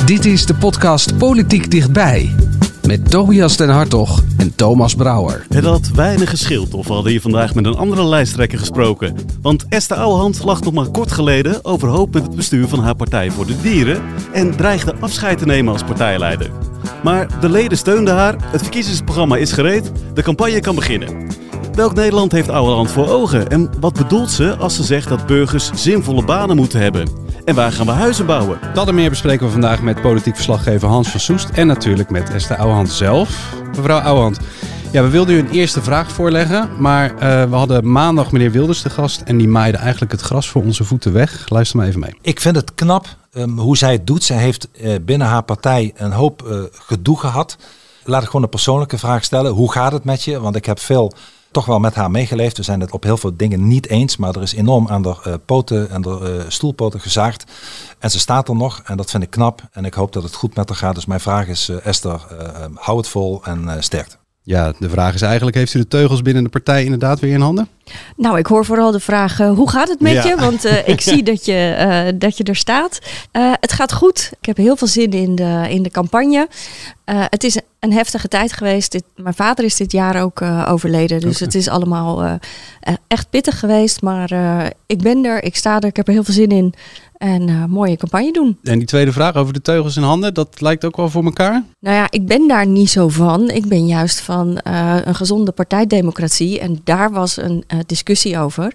Dit is de podcast Politiek Dichtbij. Met Tobias den Hartog en Thomas Brouwer. Het had weinig geschild of we hadden hier vandaag met een andere lijsttrekker gesproken. Want Esther Ouwehand lag nog maar kort geleden overhoop met het bestuur van haar Partij voor de Dieren en dreigde afscheid te nemen als partijleider. Maar de leden steunden haar, het verkiezingsprogramma is gereed, de campagne kan beginnen. Welk Nederland heeft Ouwehand voor ogen? En wat bedoelt ze als ze zegt dat burgers zinvolle banen moeten hebben? En waar gaan we huizen bouwen? Dat en meer bespreken we vandaag met politiek verslaggever Hans van Soest en natuurlijk met Esther Ouwehand zelf. Mevrouw Ouwehand, ja, we wilden u een eerste vraag voorleggen, maar we hadden maandag meneer Wilders te gast en die maaide eigenlijk het gras voor onze voeten weg. Luister maar even mee. Ik vind het knap hoe zij het doet. Zij heeft binnen haar partij een hoop gedoe gehad. Laat ik gewoon een persoonlijke vraag stellen. Hoe gaat het met je? Want ik heb toch wel met haar meegeleefd. We zijn het op heel veel dingen niet eens, maar er is enorm aan de poten en de stoelpoten gezaagd. En ze staat er nog en dat vind ik knap. En ik hoop dat het goed met haar gaat. Dus mijn vraag is, Esther, hou het vol en sterkte. Ja, de vraag is eigenlijk, heeft u de teugels binnen de partij inderdaad weer in handen? Nou, ik hoor vooral de vraag, hoe gaat het met je? Want ik zie dat je er staat. Het gaat goed. Ik heb heel veel zin in de campagne. Het is een heftige tijd geweest. Mijn vader is dit jaar ook overleden. Dus Het is allemaal echt pittig geweest. Maar ik ben er, ik sta er, ik heb er heel veel zin in. En mooie campagne doen. En die tweede vraag over de teugels in handen, dat lijkt ook wel voor elkaar? Nou ja, ik ben daar niet zo van. Ik ben juist van een gezonde partijdemocratie. En daar was een discussie over.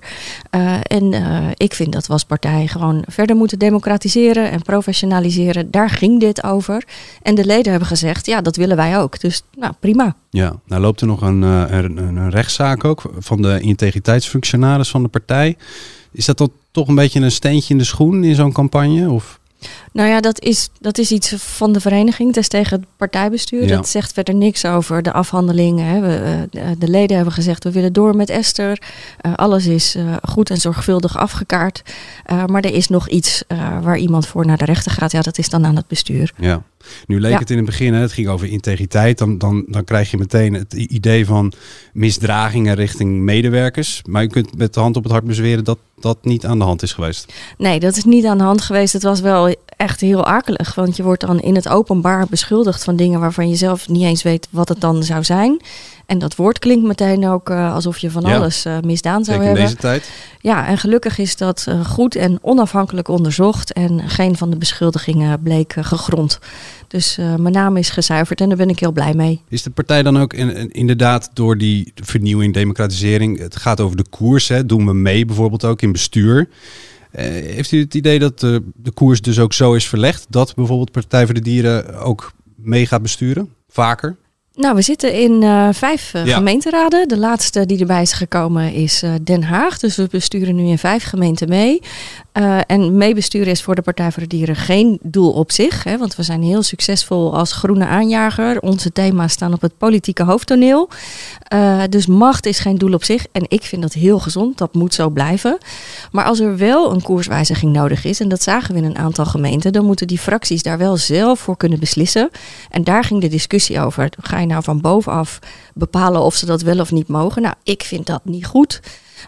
Ik vind dat we als partij gewoon verder moeten democratiseren en professionaliseren. Daar ging dit over. En de leden hebben gezegd, ja, dat willen wij ook. Dus nou, prima. Ja, nou loopt er nog een rechtszaak ook van de integriteitsfunctionaris van de partij. Is dat toch een beetje een steentje in de schoen in zo'n campagne? Of? Nou ja, dat is iets van de vereniging. Het is tegen het partijbestuur. Ja. Dat zegt verder niks over de afhandeling. Hè. De leden hebben gezegd, we willen door met Esther. Alles is goed en zorgvuldig afgekaart. Maar er is nog iets waar iemand voor naar de rechter gaat. Ja, dat is dan aan het bestuur. Ja. Nu leek het in het begin, het ging over integriteit. Dan krijg je meteen het idee van misdragingen richting medewerkers. Maar u kunt met de hand op het hart bezweren dat dat niet aan de hand is geweest. Nee, dat is niet aan de hand geweest. Het was wel echt heel akelig. Want je wordt dan in het openbaar beschuldigd van dingen waarvan je zelf niet eens weet wat het dan zou zijn. En dat woord klinkt meteen ook alsof je van alles misdaan zou hebben. In deze tijd. Ja, en gelukkig is dat goed en onafhankelijk onderzocht. En geen van de beschuldigingen bleek gegrond. Dus mijn naam is gezuiverd en daar ben ik heel blij mee. Is de partij dan ook inderdaad door die vernieuwing, democratisering, het gaat over de koers, hè? Doen we mee bijvoorbeeld ook in bestuur. Heeft u het idee dat de koers dus ook zo is verlegd dat bijvoorbeeld Partij voor de Dieren ook mee gaat besturen? Vaker? Nou, we zitten in 5 gemeenteraden. De laatste die erbij is gekomen is Den Haag. Dus we besturen nu in 5 gemeenten mee. En meebesturen is voor de Partij voor de Dieren geen doel op zich. Hè, want we zijn heel succesvol als groene aanjager. Onze thema's staan op het politieke hoofdtoneel. Dus macht is geen doel op zich. En ik vind dat heel gezond. Dat moet zo blijven. Maar als er wel een koerswijziging nodig is, en dat zagen we in een aantal gemeenten, dan moeten die fracties daar wel zelf voor kunnen beslissen. En daar ging de discussie over. Ga je nou van bovenaf bepalen of ze dat wel of niet mogen? Nou, ik vind dat niet goed.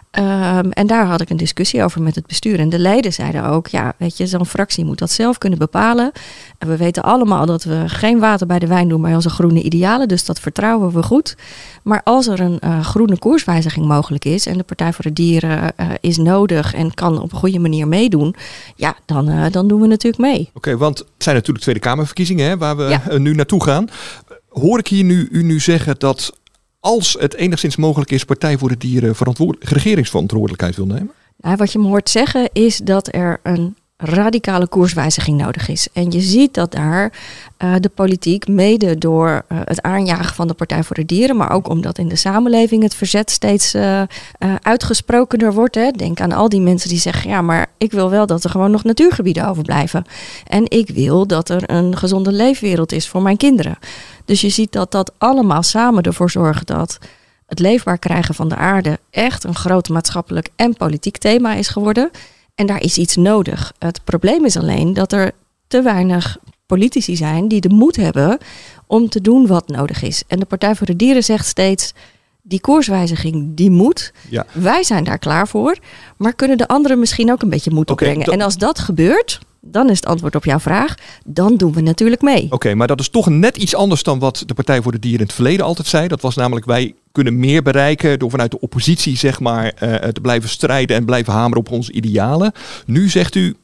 En daar had ik een discussie over met het bestuur. En de leden zeiden ook, ja, weet je, zo'n fractie moet dat zelf kunnen bepalen. En we weten allemaal dat we geen water bij de wijn doen bij onze groene idealen. Dus dat vertrouwen we goed. Maar als er een groene koerswijziging mogelijk is en de Partij voor de Dieren is nodig en kan op een goede manier meedoen, ja, dan doen we natuurlijk mee. Oké, want het zijn natuurlijk Tweede Kamerverkiezingen, hè, waar we nu naartoe gaan. Hoor ik hier u nu zeggen dat als het enigszins mogelijk is, Partij voor de Dieren regeringsverantwoordelijkheid wil nemen? Nou, wat je me hoort zeggen is dat er een radicale koerswijziging nodig is. En je ziet dat daar de politiek, mede door het aanjagen van de Partij voor de Dieren, maar ook omdat in de samenleving het verzet steeds uitgesprokener wordt. Hè. Denk aan al die mensen die zeggen, ja, maar ik wil wel dat er gewoon nog natuurgebieden overblijven. En ik wil dat er een gezonde leefwereld is voor mijn kinderen. Dus je ziet dat dat allemaal samen ervoor zorgt dat het leefbaar krijgen van de aarde echt een groot maatschappelijk en politiek thema is geworden. En daar is iets nodig. Het probleem is alleen dat er te weinig politici zijn die de moed hebben om te doen wat nodig is. En de Partij voor de Dieren zegt steeds, die koerswijziging, die moet. Ja. Wij zijn daar klaar voor. Maar kunnen de anderen misschien ook een beetje moed opbrengen? En als dat gebeurt, dan is het antwoord op jouw vraag, dan doen we natuurlijk mee. Oké, maar dat is toch net iets anders dan wat de Partij voor de Dieren in het verleden altijd zei. Dat was namelijk, wij kunnen meer bereiken door vanuit de oppositie zeg maar te blijven strijden en blijven hameren op onze idealen. Nu zegt u,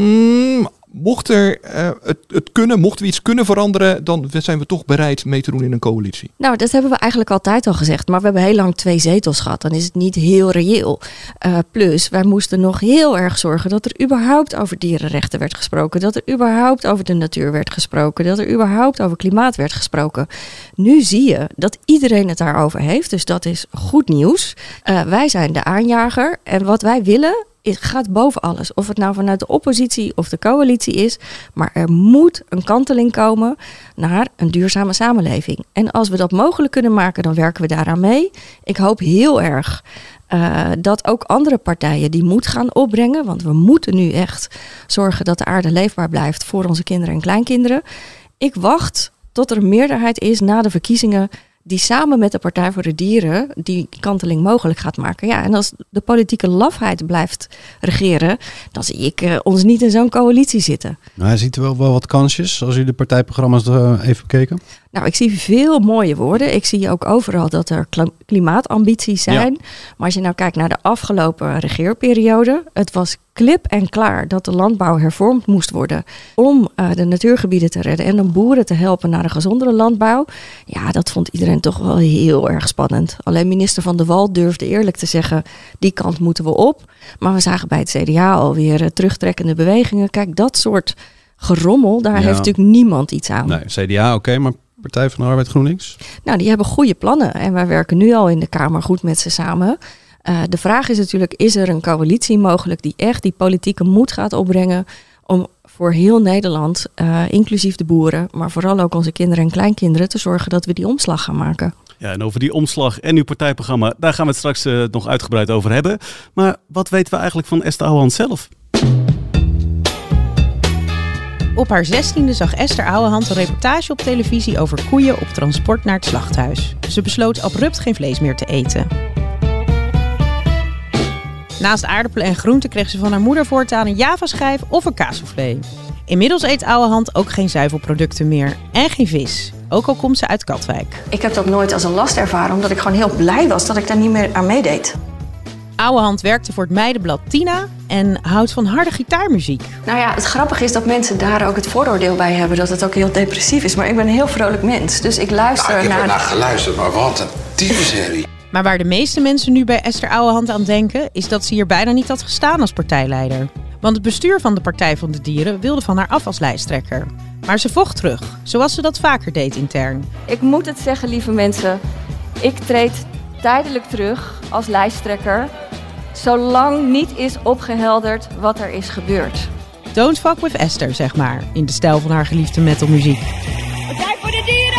mocht er het kunnen, mochten we iets kunnen veranderen, dan zijn we toch bereid mee te doen in een coalitie. Nou, dat hebben we eigenlijk altijd al gezegd. Maar we hebben heel lang 2 zetels gehad. Dan is het niet heel reëel. Plus, wij moesten nog heel erg zorgen dat er überhaupt over dierenrechten werd gesproken. Dat er überhaupt over de natuur werd gesproken. Dat er überhaupt over klimaat werd gesproken. Nu zie je dat iedereen het daarover heeft. Dus dat is goed nieuws. Wij zijn de aanjager. En wat wij willen gaat boven alles. Of het nou vanuit de oppositie of de coalitie is. Maar er moet een kanteling komen naar een duurzame samenleving. En als we dat mogelijk kunnen maken, dan werken we daaraan mee. Ik hoop heel erg dat ook andere partijen die moed gaan opbrengen. Want we moeten nu echt zorgen dat de aarde leefbaar blijft voor onze kinderen en kleinkinderen. Ik wacht tot er een meerderheid is na de verkiezingen die samen met de Partij voor de Dieren die kanteling mogelijk gaat maken. Ja, en als de politieke lafheid blijft regeren, dan zie ik ons niet in zo'n coalitie zitten. Nou, hij ziet er wel wat kansjes als u de partijprogramma's even bekeken. Nou, ik zie veel mooie woorden. Ik zie ook overal dat er klimaatambities zijn. Ja. Maar als je nou kijkt naar de afgelopen regeerperiode, het was klip en klaar dat de landbouw hervormd moest worden om de natuurgebieden te redden en om boeren te helpen naar een gezondere landbouw. Ja, dat vond iedereen toch wel heel erg spannend. Alleen minister Van de Wal durfde eerlijk te zeggen, die kant moeten we op. Maar we zagen bij het CDA alweer terugtrekkende bewegingen. Kijk, dat soort gerommel, daar heeft natuurlijk niemand iets aan. Nee, CDA oké, maar Partij van de Arbeid GroenLinks? Nou, die hebben goede plannen en wij werken nu al in de Kamer goed met ze samen. De vraag is natuurlijk, is er een coalitie mogelijk die echt die politieke moed gaat opbrengen om voor heel Nederland, inclusief de boeren, maar vooral ook onze kinderen en kleinkinderen, te zorgen dat we die omslag gaan maken. Ja, en over die omslag en uw partijprogramma, daar gaan we het straks nog uitgebreid over hebben. Maar wat weten we eigenlijk van Esther Ouwehand zelf? Op haar 16e zag Esther Ouwehand een reportage op televisie over koeien op transport naar het slachthuis. Ze besloot abrupt geen vlees meer te eten. Naast aardappelen en groenten kreeg ze van haar moeder voortaan een javaschijf of een kaassoufflé. Inmiddels eet Ouwehand ook geen zuivelproducten meer en geen vis. Ook al komt ze uit Katwijk. Ik heb dat nooit als een last ervaren, omdat ik gewoon heel blij was dat ik daar niet meer aan meedeed. Ouwehand werkte voor het meidenblad Tina en houdt van harde gitaarmuziek. Nou ja, het grappige is dat mensen daar ook het vooroordeel bij hebben dat het ook heel depressief is. Maar ik ben een heel vrolijk mens, dus ik luister naar... Ik heb er naar geluisterd, maar wat een tyfusherrie. Maar waar de meeste mensen nu bij Esther Ouwehand aan denken, is dat ze hier bijna niet had gestaan als partijleider. Want het bestuur van de Partij van de Dieren wilde van haar af als lijsttrekker. Maar ze vocht terug, zoals ze dat vaker deed intern. Ik moet het zeggen, lieve mensen, ik treed tijdelijk terug als lijsttrekker, zolang niet is opgehelderd wat er is gebeurd. Don't fuck with Esther, zeg maar, in de stijl van haar geliefde metalmuziek. Partij voor de Dieren!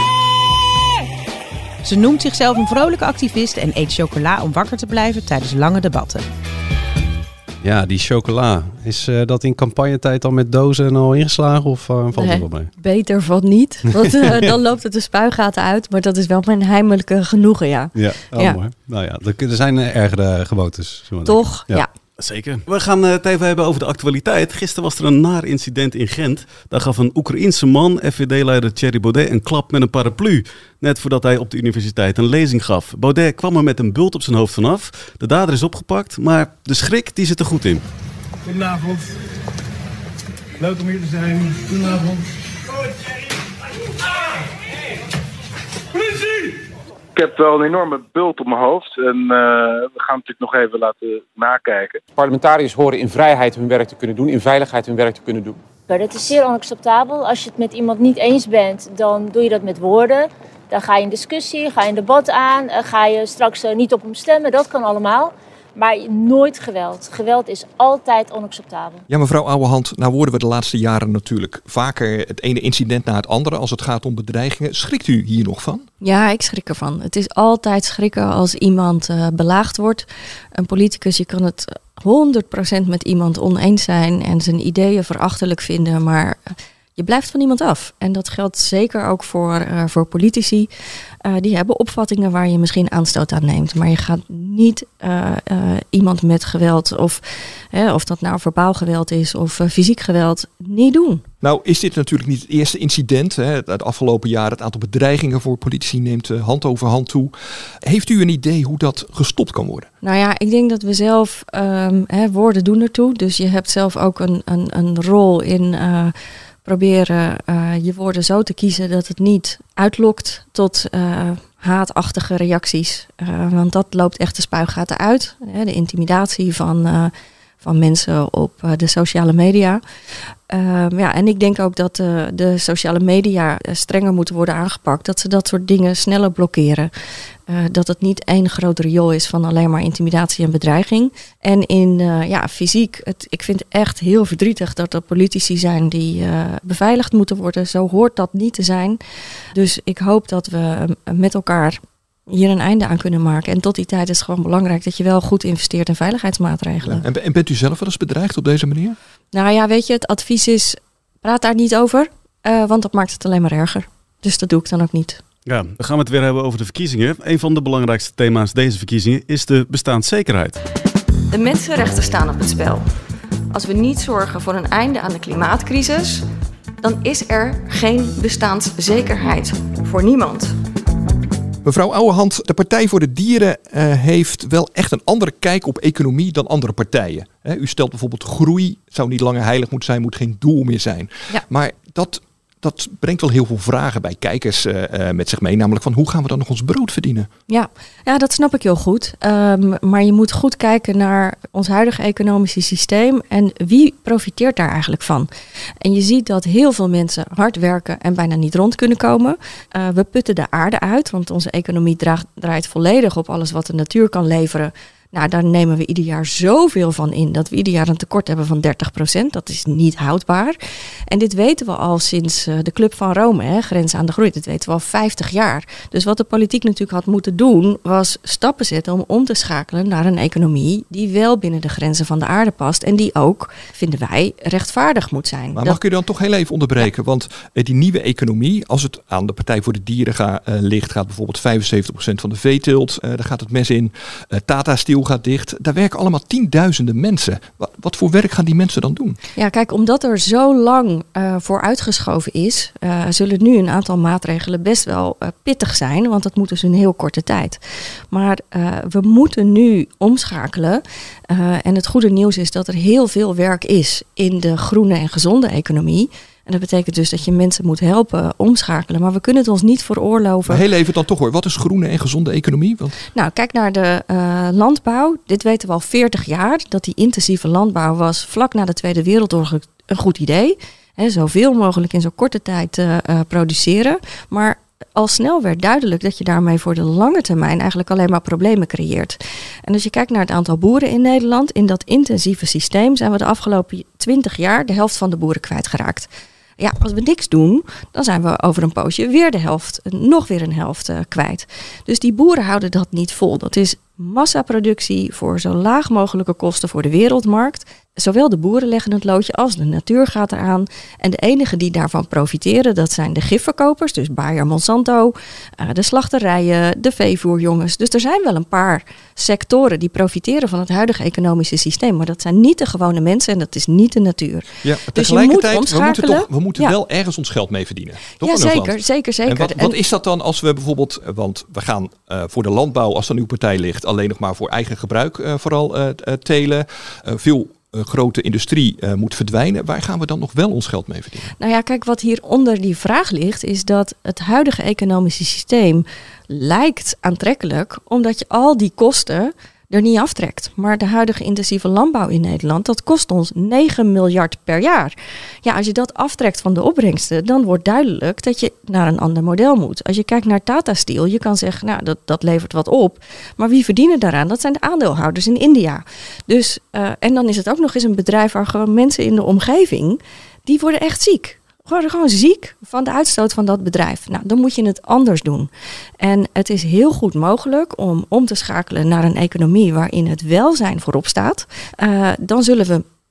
Ze noemt zichzelf een vrolijke activist en eet chocola om wakker te blijven tijdens lange debatten. Ja, die chocola. Is dat in campagnetijd al met dozen al ingeslagen of valt er wel mee? Beter van niet, want dan loopt het de spuigaten uit. Maar dat is wel mijn heimelijke genoegen, ja. Ja, mooi. Nou ja, er zijn ergere gewoontes. Toch, ja. Zeker. We gaan het even hebben over de actualiteit. Gisteren was er een naar incident in Gent. Daar gaf een Oekraïense man, FVD-leider Thierry Baudet, een klap met een paraplu. Net voordat hij op de universiteit een lezing gaf. Baudet kwam er met een bult op zijn hoofd vanaf. De dader is opgepakt, maar de schrik die zit er goed in. Goedenavond. Leuk om hier te zijn. Goedenavond. Politie! Ik heb wel een enorme bult op mijn hoofd en we gaan het natuurlijk nog even laten nakijken. Parlementariërs horen in vrijheid hun werk te kunnen doen, in veiligheid hun werk te kunnen doen. Dat is zeer onacceptabel. Als je het met iemand niet eens bent, dan doe je dat met woorden. Dan ga je in discussie, ga je een debat aan, ga je straks niet op hem stemmen. Dat kan allemaal. Maar nooit geweld. Geweld is altijd onacceptabel. Ja, mevrouw Ouwehand, nou worden we de laatste jaren natuurlijk vaker het ene incident na het andere als het gaat om bedreigingen. Schrikt u hier nog van? Ja, ik schrik ervan. Het is altijd schrikken als iemand belaagd wordt. Een politicus, je kan het 100% met iemand oneens zijn en zijn ideeën verachtelijk vinden, maar je blijft van iemand af. En dat geldt zeker ook voor politici. Die hebben opvattingen waar je misschien aanstoot aan neemt. Maar je gaat niet iemand met geweld of dat nou verbaal geweld is of fysiek geweld niet doen. Nou is dit natuurlijk niet het eerste incident. Hè. Het afgelopen jaar het aantal bedreigingen voor politici neemt hand over hand toe. Heeft u een idee hoe dat gestopt kan worden? Nou ja, ik denk dat we zelf woorden doen ertoe. Dus je hebt zelf ook een rol in proberen je woorden zo te kiezen dat het niet uitlokt tot haatachtige reacties. Want dat loopt echt de spuigaten uit. De intimidatie van mensen op de sociale media. En ik denk ook dat de sociale media strenger moeten worden aangepakt. Dat ze dat soort dingen sneller blokkeren. Dat het niet één groot riool is van alleen maar intimidatie en bedreiging. En fysiek, ik vind het echt heel verdrietig dat er politici zijn die beveiligd moeten worden. Zo hoort dat niet te zijn. Dus ik hoop dat we met elkaar hier een einde aan kunnen maken. En tot die tijd is het gewoon belangrijk dat je wel goed investeert in veiligheidsmaatregelen. Ja, en bent u zelf wel eens bedreigd op deze manier? Nou ja, weet je, het advies is, praat daar niet over. Want dat maakt het alleen maar erger. Dus dat doe ik dan ook niet. Ja, dan gaan we het weer hebben over de verkiezingen. Een van de belangrijkste thema's deze verkiezingen is de bestaanszekerheid. De mensenrechten staan op het spel. Als we niet zorgen voor een einde aan de klimaatcrisis, dan is er geen bestaanszekerheid voor niemand. Mevrouw Ouwehand, de Partij voor de Dieren heeft wel echt een andere kijk op economie dan andere partijen. U stelt bijvoorbeeld groei zou niet langer heilig moeten zijn, moet geen doel meer zijn. Ja. Maar dat brengt wel heel veel vragen bij kijkers met zich mee. Namelijk van hoe gaan we dan nog ons brood verdienen? Ja, dat snap ik heel goed. Maar je moet goed kijken naar ons huidige economische systeem. En wie profiteert daar eigenlijk van? En je ziet dat heel veel mensen hard werken en bijna niet rond kunnen komen. We putten de aarde uit, want onze economie draait volledig op alles wat de natuur kan leveren. Nou, daar nemen we ieder jaar zoveel van in dat we ieder jaar een tekort hebben van 30%. Dat is niet houdbaar. En dit weten we al sinds de Club van Rome, Grenzen aan de Groei. Dit weten we al 50 jaar. Dus wat de politiek natuurlijk had moeten doen, was stappen zetten om te schakelen naar een economie die wel binnen de grenzen van de aarde past. En die ook, vinden wij, rechtvaardig moet zijn. Maar mag ik u dan toch heel even onderbreken? Ja. Want die nieuwe economie, als het aan de Partij voor de Dieren ligt, gaat bijvoorbeeld 75% van de veeteelt. Daar gaat het mes in. Tata Steel gaat dicht. Daar werken allemaal tienduizenden mensen. Wat voor werk gaan die mensen dan doen? Ja, kijk, omdat er zo lang voor uitgeschoven is, zullen nu een aantal maatregelen best wel pittig zijn, want dat moet dus in een heel korte tijd. Maar we moeten nu omschakelen. En het goede nieuws is dat er heel veel werk is in de groene en gezonde economie. En dat betekent dus dat je mensen moet helpen omschakelen. Maar we kunnen het ons niet veroorloven. Maar heel even dan toch hoor. Wat is groene en gezonde economie? Nou, kijk naar de landbouw. Dit weten we al 40 jaar. Dat die intensieve landbouw was vlak na de Tweede Wereldoorlog een goed idee. Zoveel mogelijk in zo'n korte tijd produceren. Maar al snel werd duidelijk dat je daarmee voor de lange termijn eigenlijk alleen maar problemen creëert. En als je kijkt naar het aantal boeren in Nederland, in dat intensieve systeem zijn we de afgelopen 20 jaar de helft van de boeren kwijtgeraakt. Ja, als we niks doen, dan zijn we over een poosje weer de helft, nog weer een helft kwijt. Dus die boeren houden dat niet vol. Dat is massaproductie voor zo laag mogelijke kosten voor de wereldmarkt. Zowel de boeren leggen het loodje als de natuur gaat eraan. En de enigen die daarvan profiteren, dat zijn de gifverkopers. Dus Bayer, Monsanto, de slachterijen, de veevoerjongens. Dus er zijn wel een paar sectoren die profiteren van het huidige economische systeem. Maar dat zijn niet de gewone mensen en dat is niet de natuur. Ja, dus tegelijkertijd, we moeten wel ergens ons geld mee verdienen. Toch ja, zeker. En wat is dat dan als we bijvoorbeeld, want we gaan voor de landbouw, als er een nieuwe partij ligt, alleen nog maar voor eigen gebruik vooral telen. Veel grote industrie moet verdwijnen. Waar gaan we dan nog wel ons geld mee verdienen? Nou ja, kijk, wat hieronder die vraag ligt, is dat het huidige economische systeem lijkt aantrekkelijk, omdat je al die kosten er niet aftrekt. Maar de huidige intensieve landbouw in Nederland, dat kost ons 9 miljard per jaar. Ja, als je dat aftrekt van de opbrengsten, dan wordt duidelijk dat je naar een ander model moet. Als je kijkt naar Tata Steel, je kan zeggen, nou, dat levert wat op. Maar wie verdienen daaraan? Dat zijn de aandeelhouders in India. Dus, en dan is het ook nog eens een bedrijf waar gewoon mensen in de omgeving, die worden echt ziek. Gewoon ziek van de uitstoot van dat bedrijf. Nou, dan moet je het anders doen. En het is heel goed mogelijk om te schakelen naar een economie waarin het welzijn voorop staat. Dan zullen we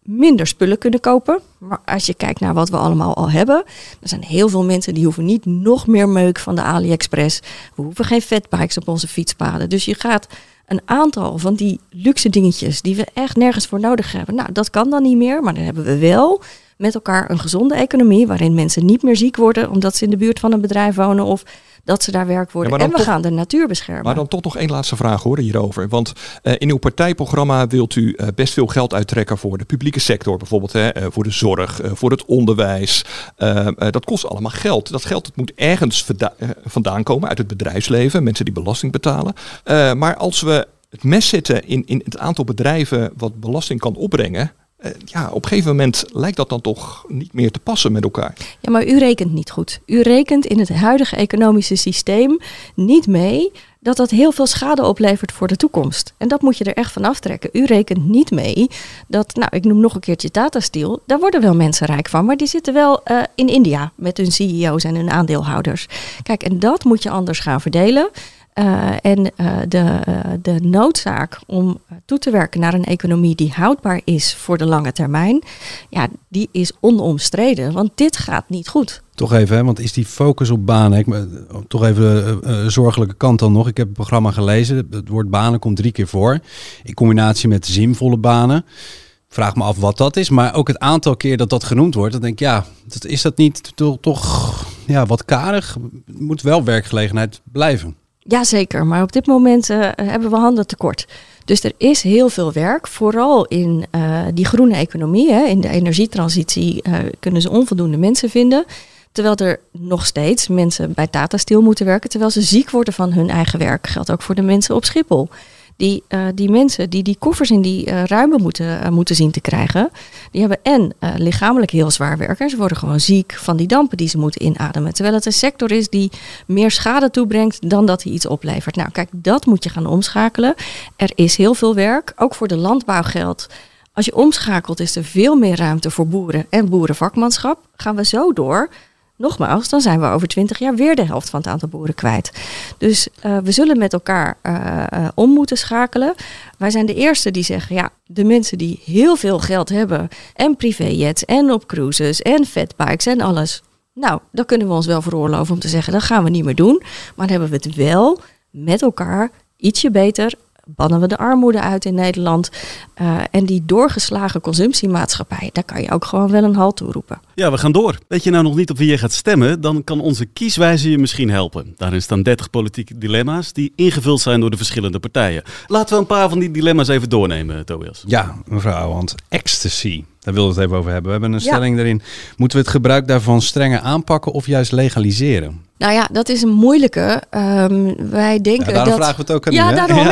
minder spullen kunnen kopen. Maar als je kijkt naar wat we allemaal al hebben, er zijn heel veel mensen die hoeven niet nog meer meuk van de AliExpress. We hoeven geen fatbikes op onze fietspaden. Dus je gaat een aantal van die luxe dingetjes die we echt nergens voor nodig hebben. Nou, dat kan dan niet meer, maar dan hebben we wel met elkaar een gezonde economie waarin mensen niet meer ziek worden omdat ze in de buurt van een bedrijf wonen of dat ze daar werk worden. En we gaan de natuur beschermen. Maar dan toch nog één laatste vraag hierover. Want in uw partijprogramma wilt u best veel geld uittrekken voor de publieke sector. Bijvoorbeeld voor de zorg, voor het onderwijs. Dat kost allemaal geld. Dat geld moet ergens vandaan komen uit het bedrijfsleven. Mensen die belasting betalen. Maar als we het mes zetten in het aantal bedrijven wat belasting kan opbrengen. Op een gegeven moment lijkt dat dan toch niet meer te passen met elkaar. Ja, maar u rekent niet goed. U rekent in het huidige economische systeem niet mee dat heel veel schade oplevert voor de toekomst. En dat moet je er echt van aftrekken. U rekent niet mee dat, ik noem nog een keertje Tata Steel, daar worden wel mensen rijk van, maar die zitten wel in India met hun CEO's en hun aandeelhouders. Kijk, en dat moet je anders gaan verdelen. De noodzaak om toe te werken naar een economie die houdbaar is voor de lange termijn, die is onomstreden, want dit gaat niet goed. Toch even, want is die focus op banen, toch even de zorgelijke kant dan nog. Ik heb het programma gelezen, het woord banen komt 3 keer voor, in combinatie met zinvolle banen. Vraag me af wat dat is, maar ook het aantal keer dat genoemd wordt, dan denk ik, is dat niet toch wat karig? Moet wel werkgelegenheid blijven. Jazeker, maar op dit moment hebben we handen tekort. Dus er is heel veel werk, vooral in die groene economie. In de energietransitie kunnen ze onvoldoende mensen vinden. Terwijl er nog steeds mensen bij Tata Steel moeten werken, terwijl ze ziek worden van hun eigen werk. Geldt ook voor de mensen op Schiphol. Die mensen die koffers in die ruimen moeten zien te krijgen, die hebben lichamelijk heel zwaar werken. Ze worden gewoon ziek van die dampen die ze moeten inademen. Terwijl het een sector is die meer schade toebrengt dan dat hij iets oplevert. Nou kijk, dat moet je gaan omschakelen. Er is heel veel werk, ook voor de landbouw geldt. Als je omschakelt is er veel meer ruimte voor boeren en boerenvakmanschap. Gaan we zo door, nogmaals, dan zijn we over 20 jaar weer de helft van het aantal boeren kwijt. Dus we zullen met elkaar om moeten schakelen. Wij zijn de eerste die zeggen, de mensen die heel veel geld hebben en privéjets en op cruises en fatbikes en alles. Nou, dan kunnen we ons wel veroorloven om te zeggen, dat gaan we niet meer doen. Maar dan hebben we het wel met elkaar ietsje beter. Bannen we de armoede uit in Nederland. En die doorgeslagen consumptiemaatschappij, daar kan je ook gewoon wel een halt toe roepen. Ja, we gaan door. Weet je nou nog niet op wie je gaat stemmen? Dan kan onze kieswijzer je misschien helpen. Daarin staan 30 politieke dilemma's die ingevuld zijn door de verschillende partijen. Laten we een paar van die dilemma's even doornemen, Tobias. Ja, mevrouw Ouwehand. Ecstasy. Daar wilden we het even over hebben. We hebben een stelling erin. Moeten we het gebruik daarvan strenger aanpakken of juist legaliseren? Nou ja, dat is een moeilijke. Wij denken daarom vragen we het ook aan u. Ja, daarom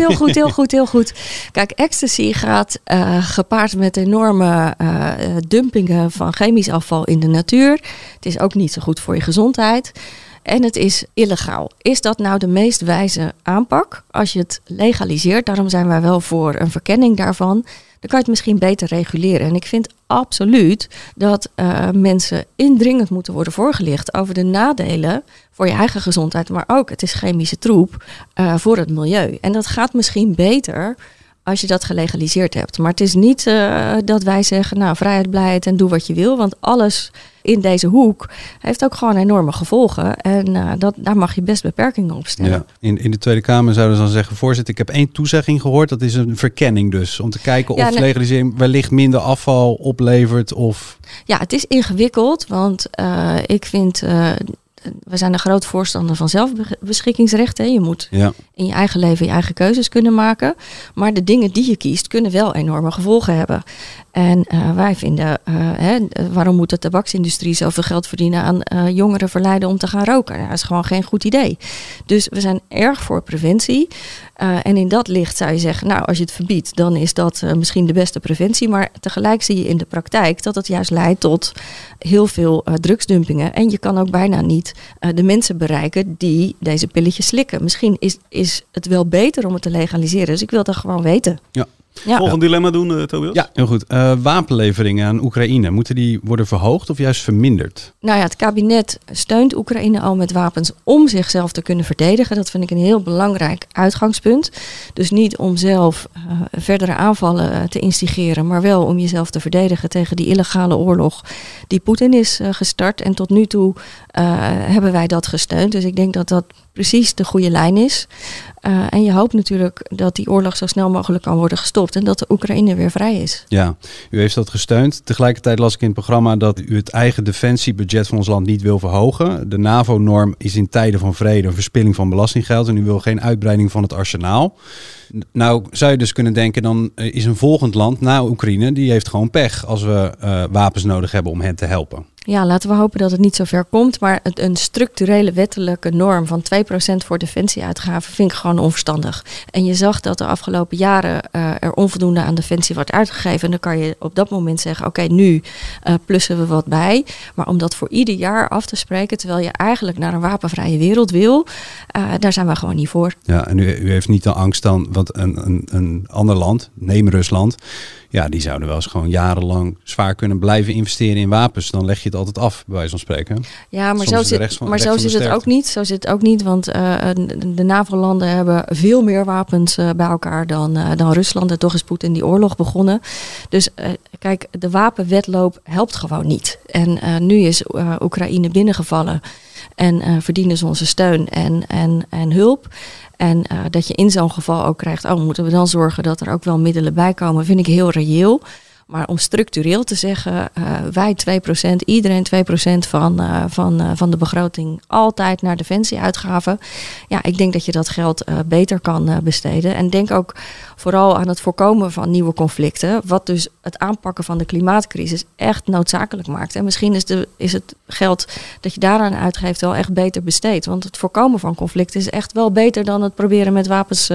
heel goed. Kijk, ecstasy gaat gepaard met enorme dumpingen van chemisch afval in de natuur. Het is ook niet zo goed voor je gezondheid. En het is illegaal. Is dat nou de meest wijze aanpak? Als je het legaliseert, daarom zijn wij wel voor een verkenning daarvan. Dan kan je het misschien beter reguleren. En ik vind absoluut dat mensen indringend moeten worden voorgelicht over de nadelen voor je eigen gezondheid, maar ook, het is chemische troep, voor het milieu. En dat gaat misschien beter als je dat gelegaliseerd hebt. Maar het is niet dat wij zeggen, vrijheid, blijheid en doe wat je wil. Want alles in deze hoek heeft ook gewoon enorme gevolgen. En daar mag je best beperkingen op stellen. Ja. In de Tweede Kamer zouden ze dan zeggen, voorzitter, ik heb 1 toezegging gehoord. Dat is een verkenning dus. Om te kijken of legalisering wellicht minder afval oplevert. Of... Ja, het is ingewikkeld. Want ik vind... we zijn een groot voorstander van zelfbeschikkingsrecht. Hè. Je moet in je eigen leven je eigen keuzes kunnen maken. Maar de dingen die je kiest kunnen wel enorme gevolgen hebben. En wij vinden, waarom moet de tabaksindustrie zoveel geld verdienen aan jongeren verleiden om te gaan roken? Dat is gewoon geen goed idee. Dus we zijn erg voor preventie. En in dat licht zou je zeggen, als je het verbiedt, dan is dat misschien de beste preventie. Maar tegelijk zie je in de praktijk dat het juist leidt tot heel veel drugsdumpingen. En je kan ook bijna niet de mensen bereiken die deze pilletjes slikken. Misschien is het wel beter om het te legaliseren. Dus ik wil dat gewoon weten. Ja. Ja. Volgend dilemma doen, Tobias? Ja, heel goed. Wapenleveringen aan Oekraïne, moeten die worden verhoogd of juist verminderd? Nou ja, het kabinet steunt Oekraïne al met wapens om zichzelf te kunnen verdedigen. Dat vind ik een heel belangrijk uitgangspunt. Dus niet om zelf verdere aanvallen te instigeren, maar wel om jezelf te verdedigen tegen die illegale oorlog die Poetin is gestart. En tot nu toe hebben wij dat gesteund. Dus ik denk dat dat precies de goede lijn is. En je hoopt natuurlijk dat die oorlog zo snel mogelijk kan worden gestopt en dat de Oekraïne weer vrij is. Ja, u heeft dat gesteund. Tegelijkertijd las ik in het programma dat u het eigen defensiebudget van ons land niet wil verhogen. De NAVO-norm is in tijden van vrede een verspilling van belastinggeld en u wil geen uitbreiding van het arsenaal. Nou zou je dus kunnen denken, dan is een volgend land na Oekraïne, die heeft gewoon pech als we wapens nodig hebben om hen te helpen. Ja, laten we hopen dat het niet zo ver komt. Maar een structurele wettelijke norm van 2% voor defensieuitgaven vind ik gewoon onverstandig. En je zag dat de afgelopen jaren er onvoldoende aan defensie wordt uitgegeven. En dan kan je op dat moment zeggen, oké, nu plussen we wat bij. Maar om dat voor ieder jaar af te spreken, terwijl je eigenlijk naar een wapenvrije wereld wil, daar zijn we gewoon niet voor. Ja, en u heeft niet de angst dan, want een ander land, neem Rusland, ja, die zouden wel eens gewoon jarenlang zwaar kunnen blijven investeren in wapens. Dan leg je het altijd af, bij wijze van spreken. Ja, maar zo zit het ook niet. Zo zit het ook niet, want de NAVO-landen hebben veel meer wapens bij elkaar dan Rusland. En toch is Poetin die oorlog begonnen. Dus kijk, de wapenwetloop helpt gewoon niet. En nu is Oekraïne binnengevallen en verdienen ze onze steun en hulp. En dat je in zo'n geval ook krijgt, moeten we dan zorgen dat er ook wel middelen bij komen, vind ik heel reëel. Maar om structureel te zeggen, wij 2%, iedereen 2% van de begroting altijd naar defensieuitgaven. Ja, ik denk dat je dat geld beter kan besteden. En denk ook vooral aan het voorkomen van nieuwe conflicten. Wat dus het aanpakken van de klimaatcrisis echt noodzakelijk maakt. En misschien is het geld dat je daaraan uitgeeft wel echt beter besteed. Want het voorkomen van conflicten is echt wel beter dan het proberen met wapens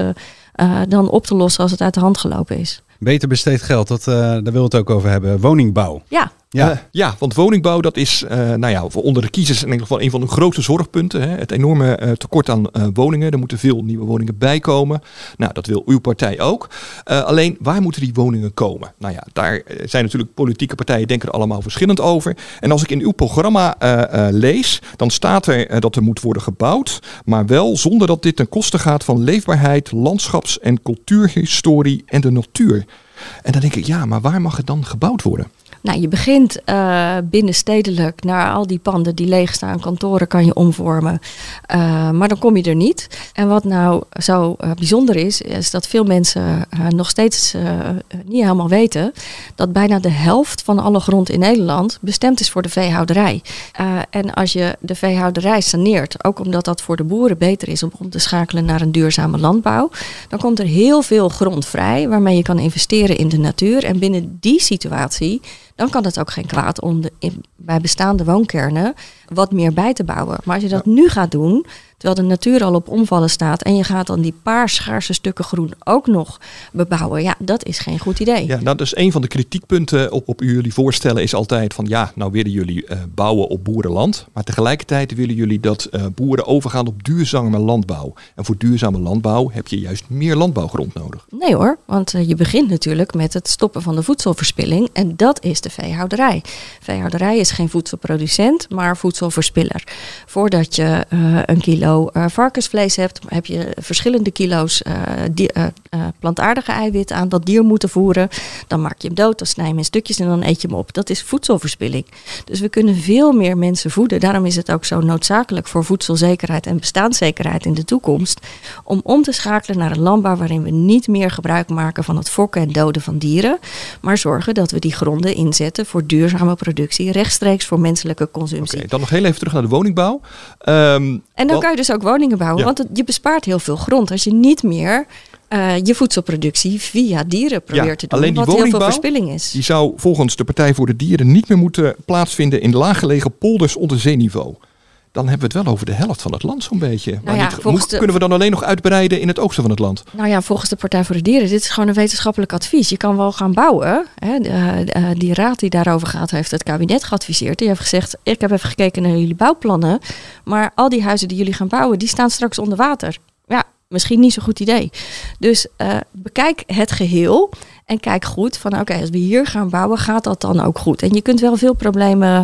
dan op te lossen als het uit de hand gelopen is. Beter besteed geld, daar wil het ook over hebben. Woningbouw. Ja. Ja, want woningbouw, dat is voor onder de kiezers in ieder geval een van de grootste zorgpunten. Hè. Het enorme tekort aan woningen. Er moeten veel nieuwe woningen bij komen. Nou, dat wil uw partij ook. Alleen, waar moeten die woningen komen? Nou ja, daar zijn natuurlijk politieke partijen denken er allemaal verschillend over. En als ik in uw programma lees, dan staat er dat er moet worden gebouwd. Maar wel zonder dat dit ten koste gaat van leefbaarheid, landschaps- en cultuurhistorie en de natuur. En dan denk ik, ja, maar waar mag het dan gebouwd worden? Nou, je begint binnenstedelijk naar al die panden die leeg staan. Kantoren kan je omvormen. Maar dan kom je er niet. En wat nou zo bijzonder is dat veel mensen nog steeds niet helemaal weten dat bijna de helft van alle grond in Nederland bestemd is voor de veehouderij. En als je de veehouderij saneert, ook omdat dat voor de boeren beter is om te schakelen naar een duurzame landbouw, dan komt er heel veel grond vrij waarmee je kan investeren in de natuur. En binnen die situatie, dan kan het ook geen kwaad om bij bestaande woonkernen wat meer bij te bouwen. Maar als je dat nu gaat doen, terwijl de natuur al op omvallen staat en je gaat dan die paar schaarse stukken groen ook nog bebouwen, ja, dat is geen goed idee. Ja, dat is een van de kritiekpunten op jullie voorstellen is altijd van ja, nou willen jullie bouwen op boerenland, maar tegelijkertijd willen jullie dat boeren overgaan op duurzame landbouw. En voor duurzame landbouw heb je juist meer landbouwgrond nodig. Nee hoor, want je begint natuurlijk met het stoppen van de voedselverspilling en dat is de veehouderij. Veehouderij is geen voedselproducent, maar voedselverspiller. Voordat je een kilo varkensvlees hebt, heb je verschillende kilo's plantaardige eiwitten aan dat dier moeten voeren. Dan maak je hem dood, dan snij je hem in stukjes en dan eet je hem op. Dat is voedselverspilling. Dus we kunnen veel meer mensen voeden. Daarom is het ook zo noodzakelijk voor voedselzekerheid en bestaanszekerheid in de toekomst om te schakelen naar een landbouw waarin we niet meer gebruik maken van het fokken en doden van dieren, maar zorgen dat we die gronden inzetten voor duurzame productie, rechtstreeks voor menselijke consumptie. Dan nog heel even terug naar de woningbouw. En dan kan je dus ook woningen bouwen, want je bespaart heel veel grond als je niet meer je voedselproductie via dieren probeert te doen, alleen die wat heel veel verspilling is. Die zou volgens de Partij voor de Dieren niet meer moeten plaatsvinden in laaggelegen polders onder zeeniveau. Dan hebben we het wel over de helft van het land zo'n beetje. Nou ja, kunnen we dan alleen nog uitbreiden in het oosten van het land? Nou ja, volgens de Partij voor de Dieren, dit is gewoon een wetenschappelijk advies. Je kan wel gaan bouwen. Hè. Die raad die daarover gaat, heeft het kabinet geadviseerd. Die heeft gezegd, ik heb even gekeken naar jullie bouwplannen. Maar al die huizen die jullie gaan bouwen, die staan straks onder water. Ja, misschien niet zo'n goed idee. Dus bekijk het geheel en kijk goed van oké, als we hier gaan bouwen, gaat dat dan ook goed? En je kunt wel veel problemen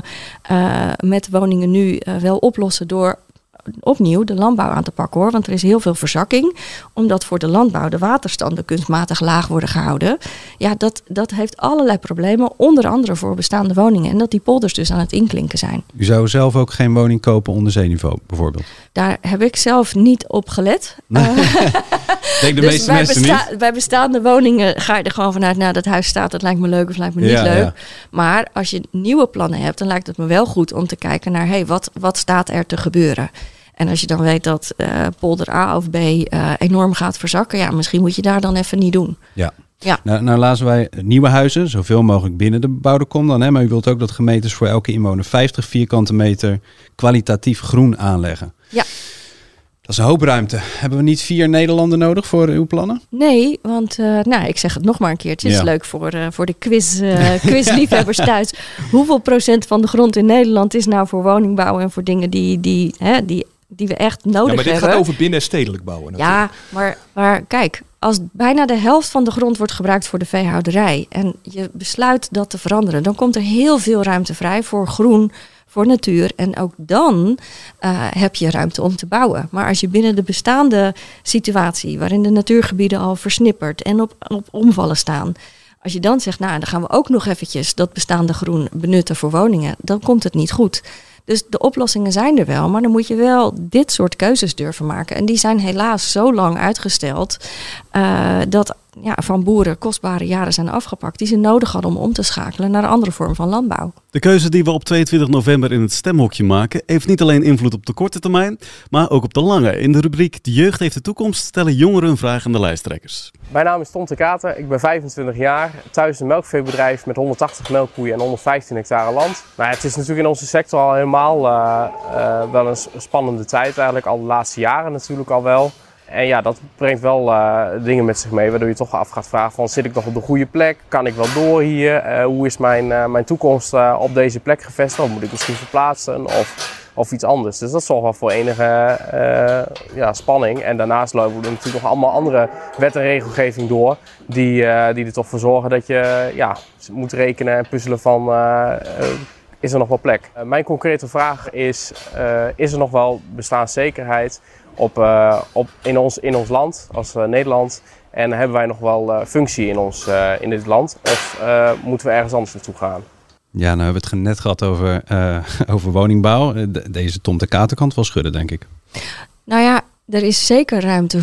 met woningen nu wel oplossen door opnieuw de landbouw aan te pakken hoor. Want er is heel veel verzakking. Omdat voor de landbouw de waterstanden kunstmatig laag worden gehouden. Ja, dat heeft allerlei problemen. Onder andere voor bestaande woningen. En dat die polders dus aan het inklinken zijn. U zou zelf ook geen woning kopen onder zeeniveau bijvoorbeeld? Daar heb ik zelf niet op gelet. Denk de dus meeste mensen niet. Bij bestaande woningen ga je er gewoon vanuit, nou dat huis staat, dat lijkt me leuk of lijkt me niet leuk. Ja. Maar als je nieuwe plannen hebt, dan lijkt het me wel goed om te kijken naar, wat staat er te gebeuren? En als je dan weet dat polder A of B enorm gaat verzakken, ja, misschien moet je daar dan even niet doen. Ja. Nou lazen wij nieuwe huizen, zoveel mogelijk binnen de bebouwde kom dan. Hè? Maar u wilt ook dat gemeentes voor elke inwoner 50 vierkante meter kwalitatief groen aanleggen. Ja. Dat is een hoop ruimte. Hebben we niet 4 Nederlanden nodig voor uw plannen? Nee, want ik zeg het nog maar een keertje. Het is leuk voor de quizliefhebbers thuis. Hoeveel procent van de grond in Nederland is nou voor woningbouw en voor dingen die we echt nodig hebben? Maar dit gaat over binnenstedelijk bouwen natuurlijk. Ja, maar kijk, als bijna de helft van de grond wordt gebruikt voor de veehouderij en je besluit dat te veranderen, dan komt er heel veel ruimte vrij voor groen, voor natuur. En ook dan heb je ruimte om te bouwen. Maar als je binnen de bestaande situatie, waarin de natuurgebieden al versnipperd en op omvallen staan, als je dan zegt, dan gaan we ook nog eventjes dat bestaande groen benutten voor woningen, dan komt het niet goed. Dus de oplossingen zijn er wel, maar dan moet je wel dit soort keuzes durven maken. En die zijn helaas zo lang uitgesteld dat van boeren kostbare jaren zijn afgepakt die ze nodig hadden om te schakelen naar een andere vorm van landbouw. De keuze die we op 22 november in het stemhokje maken heeft niet alleen invloed op de korte termijn, maar ook op de lange. In de rubriek De Jeugd heeft de toekomst stellen jongeren een vraag aan de lijsttrekkers. Mijn naam is Tom de Kater, ik ben 25 jaar, thuis een melkveebedrijf met 180 melkkoeien en 115 hectare land. Het is natuurlijk in onze sector al helemaal wel een spannende tijd, eigenlijk al de laatste jaren natuurlijk al wel. En dat brengt wel dingen met zich mee, waardoor je toch af gaat vragen van, zit ik nog op de goede plek? Kan ik wel door hier? Hoe is mijn toekomst op deze plek gevestigd? Of moet ik misschien verplaatsen of iets anders? Dus dat zorgt wel voor enige spanning. En daarnaast lopen we natuurlijk nog allemaal andere wet en regelgeving door, die er toch voor zorgen dat je moet rekenen en puzzelen van, is er nog wel plek? Mijn concrete vraag is er nog wel bestaanszekerheid in ons land, als Nederland? En hebben wij nog wel functie in dit land? Of moeten we ergens anders naartoe gaan? Ja, nou hebben we het net gehad over woningbouw. Deze Tom de Kater kan het wel schudden, denk ik. Nou ja, er is zeker ruimte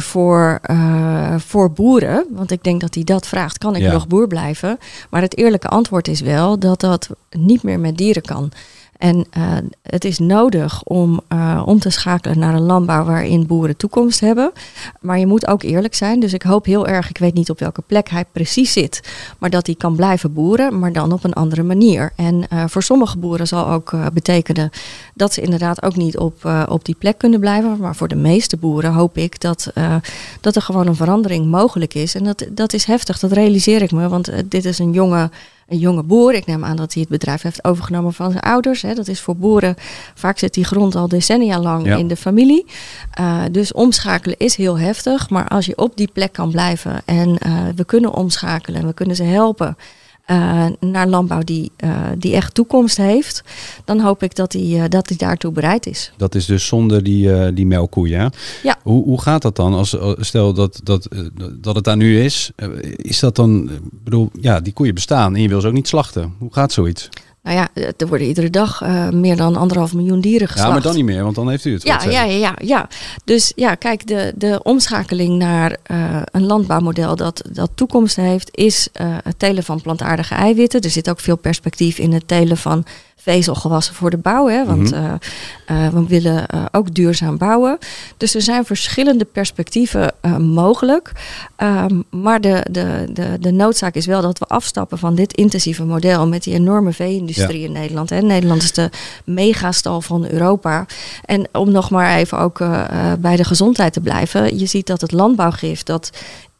voor boeren. Want ik denk dat hij dat vraagt. Kan ik nog boer blijven? Maar het eerlijke antwoord is wel dat niet meer met dieren kan. En het is nodig om te schakelen naar een landbouw waarin boeren toekomst hebben. Maar je moet ook eerlijk zijn. Dus ik hoop heel erg, ik weet niet op welke plek hij precies zit, maar dat hij kan blijven boeren, maar dan op een andere manier. En voor sommige boeren zal ook betekenen dat ze inderdaad ook niet op die plek kunnen blijven. Maar voor de meeste boeren hoop ik dat er gewoon een verandering mogelijk is. En dat is heftig, dat realiseer ik me. Want dit is een jonge boer. Ik neem aan dat hij het bedrijf heeft overgenomen van zijn ouders. Dat is voor boeren, vaak zit die grond al decennia lang in de familie. Dus omschakelen is heel heftig. Maar als je op die plek kan blijven en we kunnen omschakelen en we kunnen ze helpen naar landbouw die echt toekomst heeft, dan hoop ik dat hij daartoe bereid is. Dat is dus zonder die melkkoeien, hè? Ja. Hoe gaat dat dan? Stel dat het daar nu is dat dan, die koeien bestaan en je wil ze ook niet slachten. Hoe gaat zoiets? Nou ja, er worden iedere dag meer dan 1,5 miljoen dieren geslacht. Ja, maar dan niet meer, want dan heeft u het. Ja. Dus kijk, de omschakeling naar een landbouwmodel dat toekomst heeft, is het telen van plantaardige eiwitten. Er zit ook veel perspectief in het telen van vezelgewassen voor de bouw. Hè? Want we willen ook duurzaam bouwen. Dus er zijn verschillende perspectieven mogelijk. Maar de noodzaak is wel dat we afstappen van dit intensieve model met die enorme vee-industrie in Nederland. Hè? Nederland is de megastal van Europa. En om nog maar even ook bij de gezondheid te blijven. Je ziet dat het landbouwgif dat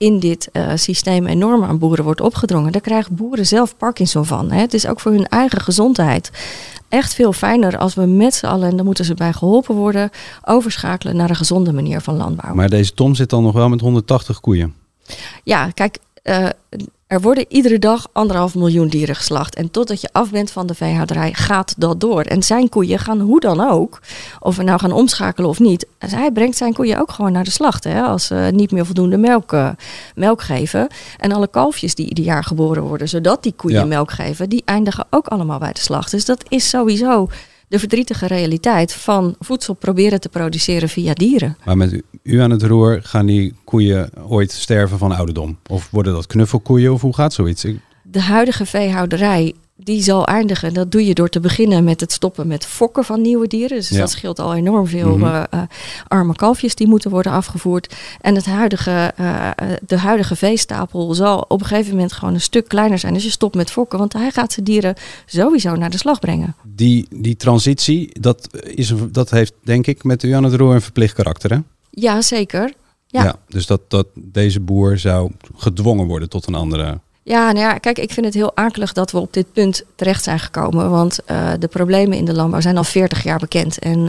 in dit systeem enorm aan boeren wordt opgedrongen. Daar krijgen boeren zelf Parkinson van. Hè. Het is ook voor hun eigen gezondheid echt veel fijner als we met z'n allen, en daar moeten ze bij geholpen worden, overschakelen naar een gezonde manier van landbouw. Maar deze Tom zit dan nog wel met 180 koeien. Ja, kijk, er worden iedere dag 1,5 miljoen dieren geslacht. En totdat je af bent van de veehouderij gaat dat door. En zijn koeien gaan hoe dan ook, of we nou gaan omschakelen of niet. Hij brengt zijn koeien ook gewoon naar de slacht. Hè, als ze niet meer voldoende melk geven. En alle kalfjes die ieder jaar geboren worden, zodat die koeien melk geven, die eindigen ook allemaal bij de slacht. Dus dat is sowieso de verdrietige realiteit van voedsel proberen te produceren via dieren. Maar met u aan het roer gaan die koeien ooit sterven van ouderdom? Of worden dat knuffelkoeien of hoe gaat zoiets? De huidige veehouderij die zal eindigen. Dat doe je door te beginnen met het stoppen met fokken van nieuwe dieren. Dus dat scheelt al enorm veel arme kalfjes die moeten worden afgevoerd. En de huidige veestapel zal op een gegeven moment gewoon een stuk kleiner zijn als je stopt met fokken. Want hij gaat zijn dieren sowieso naar de slag brengen. Die transitie, dat heeft denk ik met u aan het roer een verplicht karakter, hè? Ja, zeker. Ja, dus dat deze boer zou gedwongen worden tot een andere. Ja, nou ja, kijk, ik vind het heel akelig dat we op dit punt terecht zijn gekomen. Want de problemen in de landbouw zijn al 40 jaar bekend. En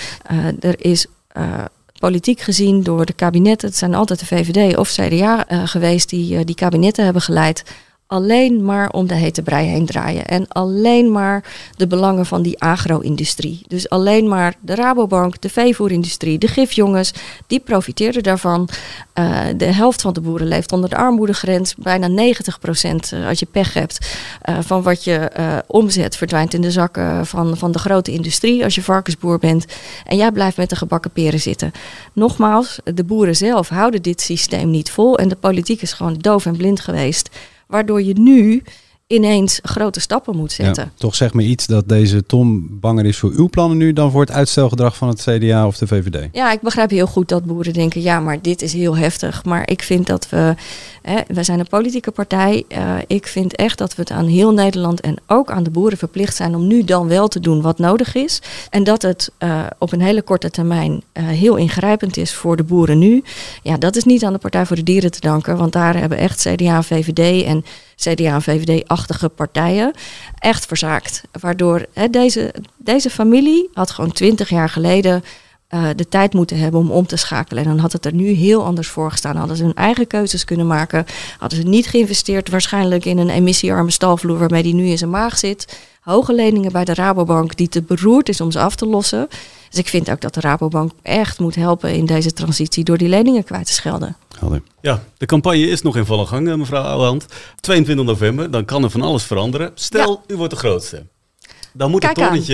er is politiek gezien door de kabinetten, het zijn altijd de VVD of CDA geweest die kabinetten hebben geleid, alleen maar om de hete brei heen draaien. En alleen maar de belangen van die agro-industrie. Dus alleen maar de Rabobank, de veevoerindustrie, de gifjongens, die profiteerden daarvan. De helft van de boeren leeft onder de armoedegrens. Bijna 90% als je pech hebt van wat je omzet verdwijnt in de zakken van de grote industrie als je varkensboer bent. En jij blijft met de gebakken peren zitten. Nogmaals, de boeren zelf houden dit systeem niet vol. En de politiek is gewoon doof en blind geweest. Waardoor je nu ineens grote stappen moet zetten. Ja, toch zeg me iets dat deze Tom banger is voor uw plannen nu dan voor het uitstelgedrag van het CDA of de VVD. Ja, ik begrijp heel goed dat boeren denken, ja, maar dit is heel heftig. Maar ik vind dat we zijn een politieke partij. Ik vind echt dat we het aan heel Nederland en ook aan de boeren verplicht zijn om nu dan wel te doen wat nodig is. En dat het op een hele korte termijn heel ingrijpend is voor de boeren nu. Ja, dat is niet aan de Partij voor de Dieren te danken. Want daar hebben echt CDA, VVD en CDA en VVD-achtige partijen echt verzaakt. Waardoor deze familie had gewoon 20 jaar geleden de tijd moeten hebben om te schakelen. En dan had het er nu heel anders voor gestaan. Hadden ze hun eigen keuzes kunnen maken. Hadden ze niet geïnvesteerd waarschijnlijk in een emissiearme stalvloer waarmee die nu in zijn maag zit. Hoge leningen bij de Rabobank die te beroerd is om ze af te lossen. Dus ik vind ook dat de Rabobank echt moet helpen in deze transitie door die leningen kwijt te schelden. Ja, de campagne is nog in volle gang, mevrouw Ouwehand. 22 november, dan kan er van alles veranderen. Stel, u wordt de grootste. Dan moet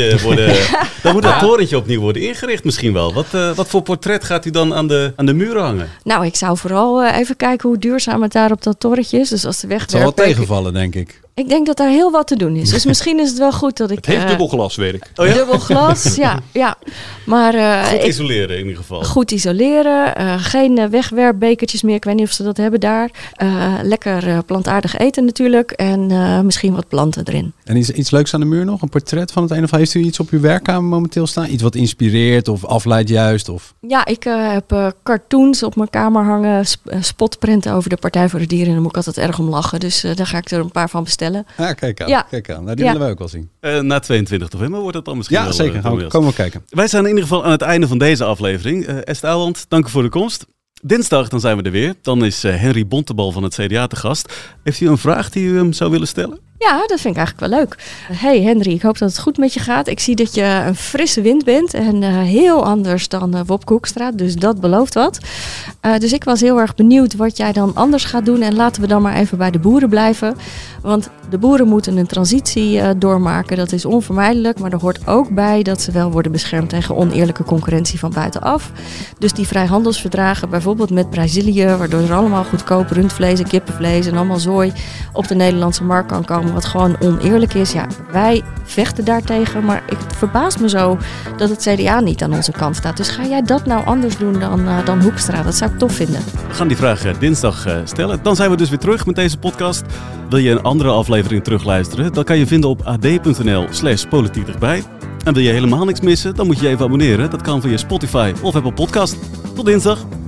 het torentje opnieuw worden ingericht misschien wel. Wat voor portret gaat u dan aan de muren hangen? Nou, ik zou vooral even kijken hoe duurzaam het daar op dat torentje is. Dus als de wegwerp... Het zal wel tegenvallen, denk ik. Ik denk dat daar heel wat te doen is. Dus misschien is het wel goed dat ik... Het heeft dubbel glaswerk. Oh ja? Dubbel glas, ja. Maar, goed isoleren in ieder geval. Goed isoleren. Geen wegwerpbekertjes meer. Ik weet niet of ze dat hebben daar. Lekker plantaardig eten natuurlijk. En misschien wat planten erin. En iets leuks aan de muur nog? Een portret van het een of heeft u iets op uw werkkamer momenteel staan? Iets wat inspireert of afleidt juist? Of? Ja, ik heb cartoons op mijn kamer hangen. Spotprenten over de Partij voor de Dieren. En daar moet ik altijd erg om lachen. Dus daar ga ik er een paar van bestellen. Ja, kijk aan. Kijk aan. Nou, die willen we ook wel zien. Na 22 november wordt het dan misschien wel. Ja, zeker. Komen we kijken. Wij zijn in ieder geval aan het einde van deze aflevering. Esther Ouwehand, dank u voor de komst. Dinsdag dan zijn we er weer. Dan is Henry Bontebal van het CDA te gast. Heeft u een vraag die u hem zou willen stellen? Ja, dat vind ik eigenlijk wel leuk. Hey Henry, ik hoop dat het goed met je gaat. Ik zie dat je een frisse wind bent en heel anders dan Wopke Hoekstra. Dus dat belooft wat. Dus ik was heel erg benieuwd wat jij dan anders gaat doen. En laten we dan maar even bij de boeren blijven. Want de boeren moeten een transitie doormaken. Dat is onvermijdelijk. Maar er hoort ook bij dat ze wel worden beschermd tegen oneerlijke concurrentie van buitenaf. Dus die vrijhandelsverdragen, bijvoorbeeld met Brazilië, waardoor er allemaal goedkoop rundvlees en kippenvlees en allemaal zooi op de Nederlandse markt kan komen. Wat gewoon oneerlijk is. Ja, wij vechten daartegen. Maar het verbaast me zo dat het CDA niet aan onze kant staat. Dus ga jij dat nou anders doen dan Hoekstra? Dat zou ik tof vinden. We gaan die vraag dinsdag stellen. Dan zijn we dus weer terug met deze podcast. Wil je een andere aflevering terugluisteren? Dan kan je vinden op ad.nl/politiek dichtbij. En wil je helemaal niks missen? Dan moet je even abonneren. Dat kan via Spotify of Apple Podcast. Tot dinsdag.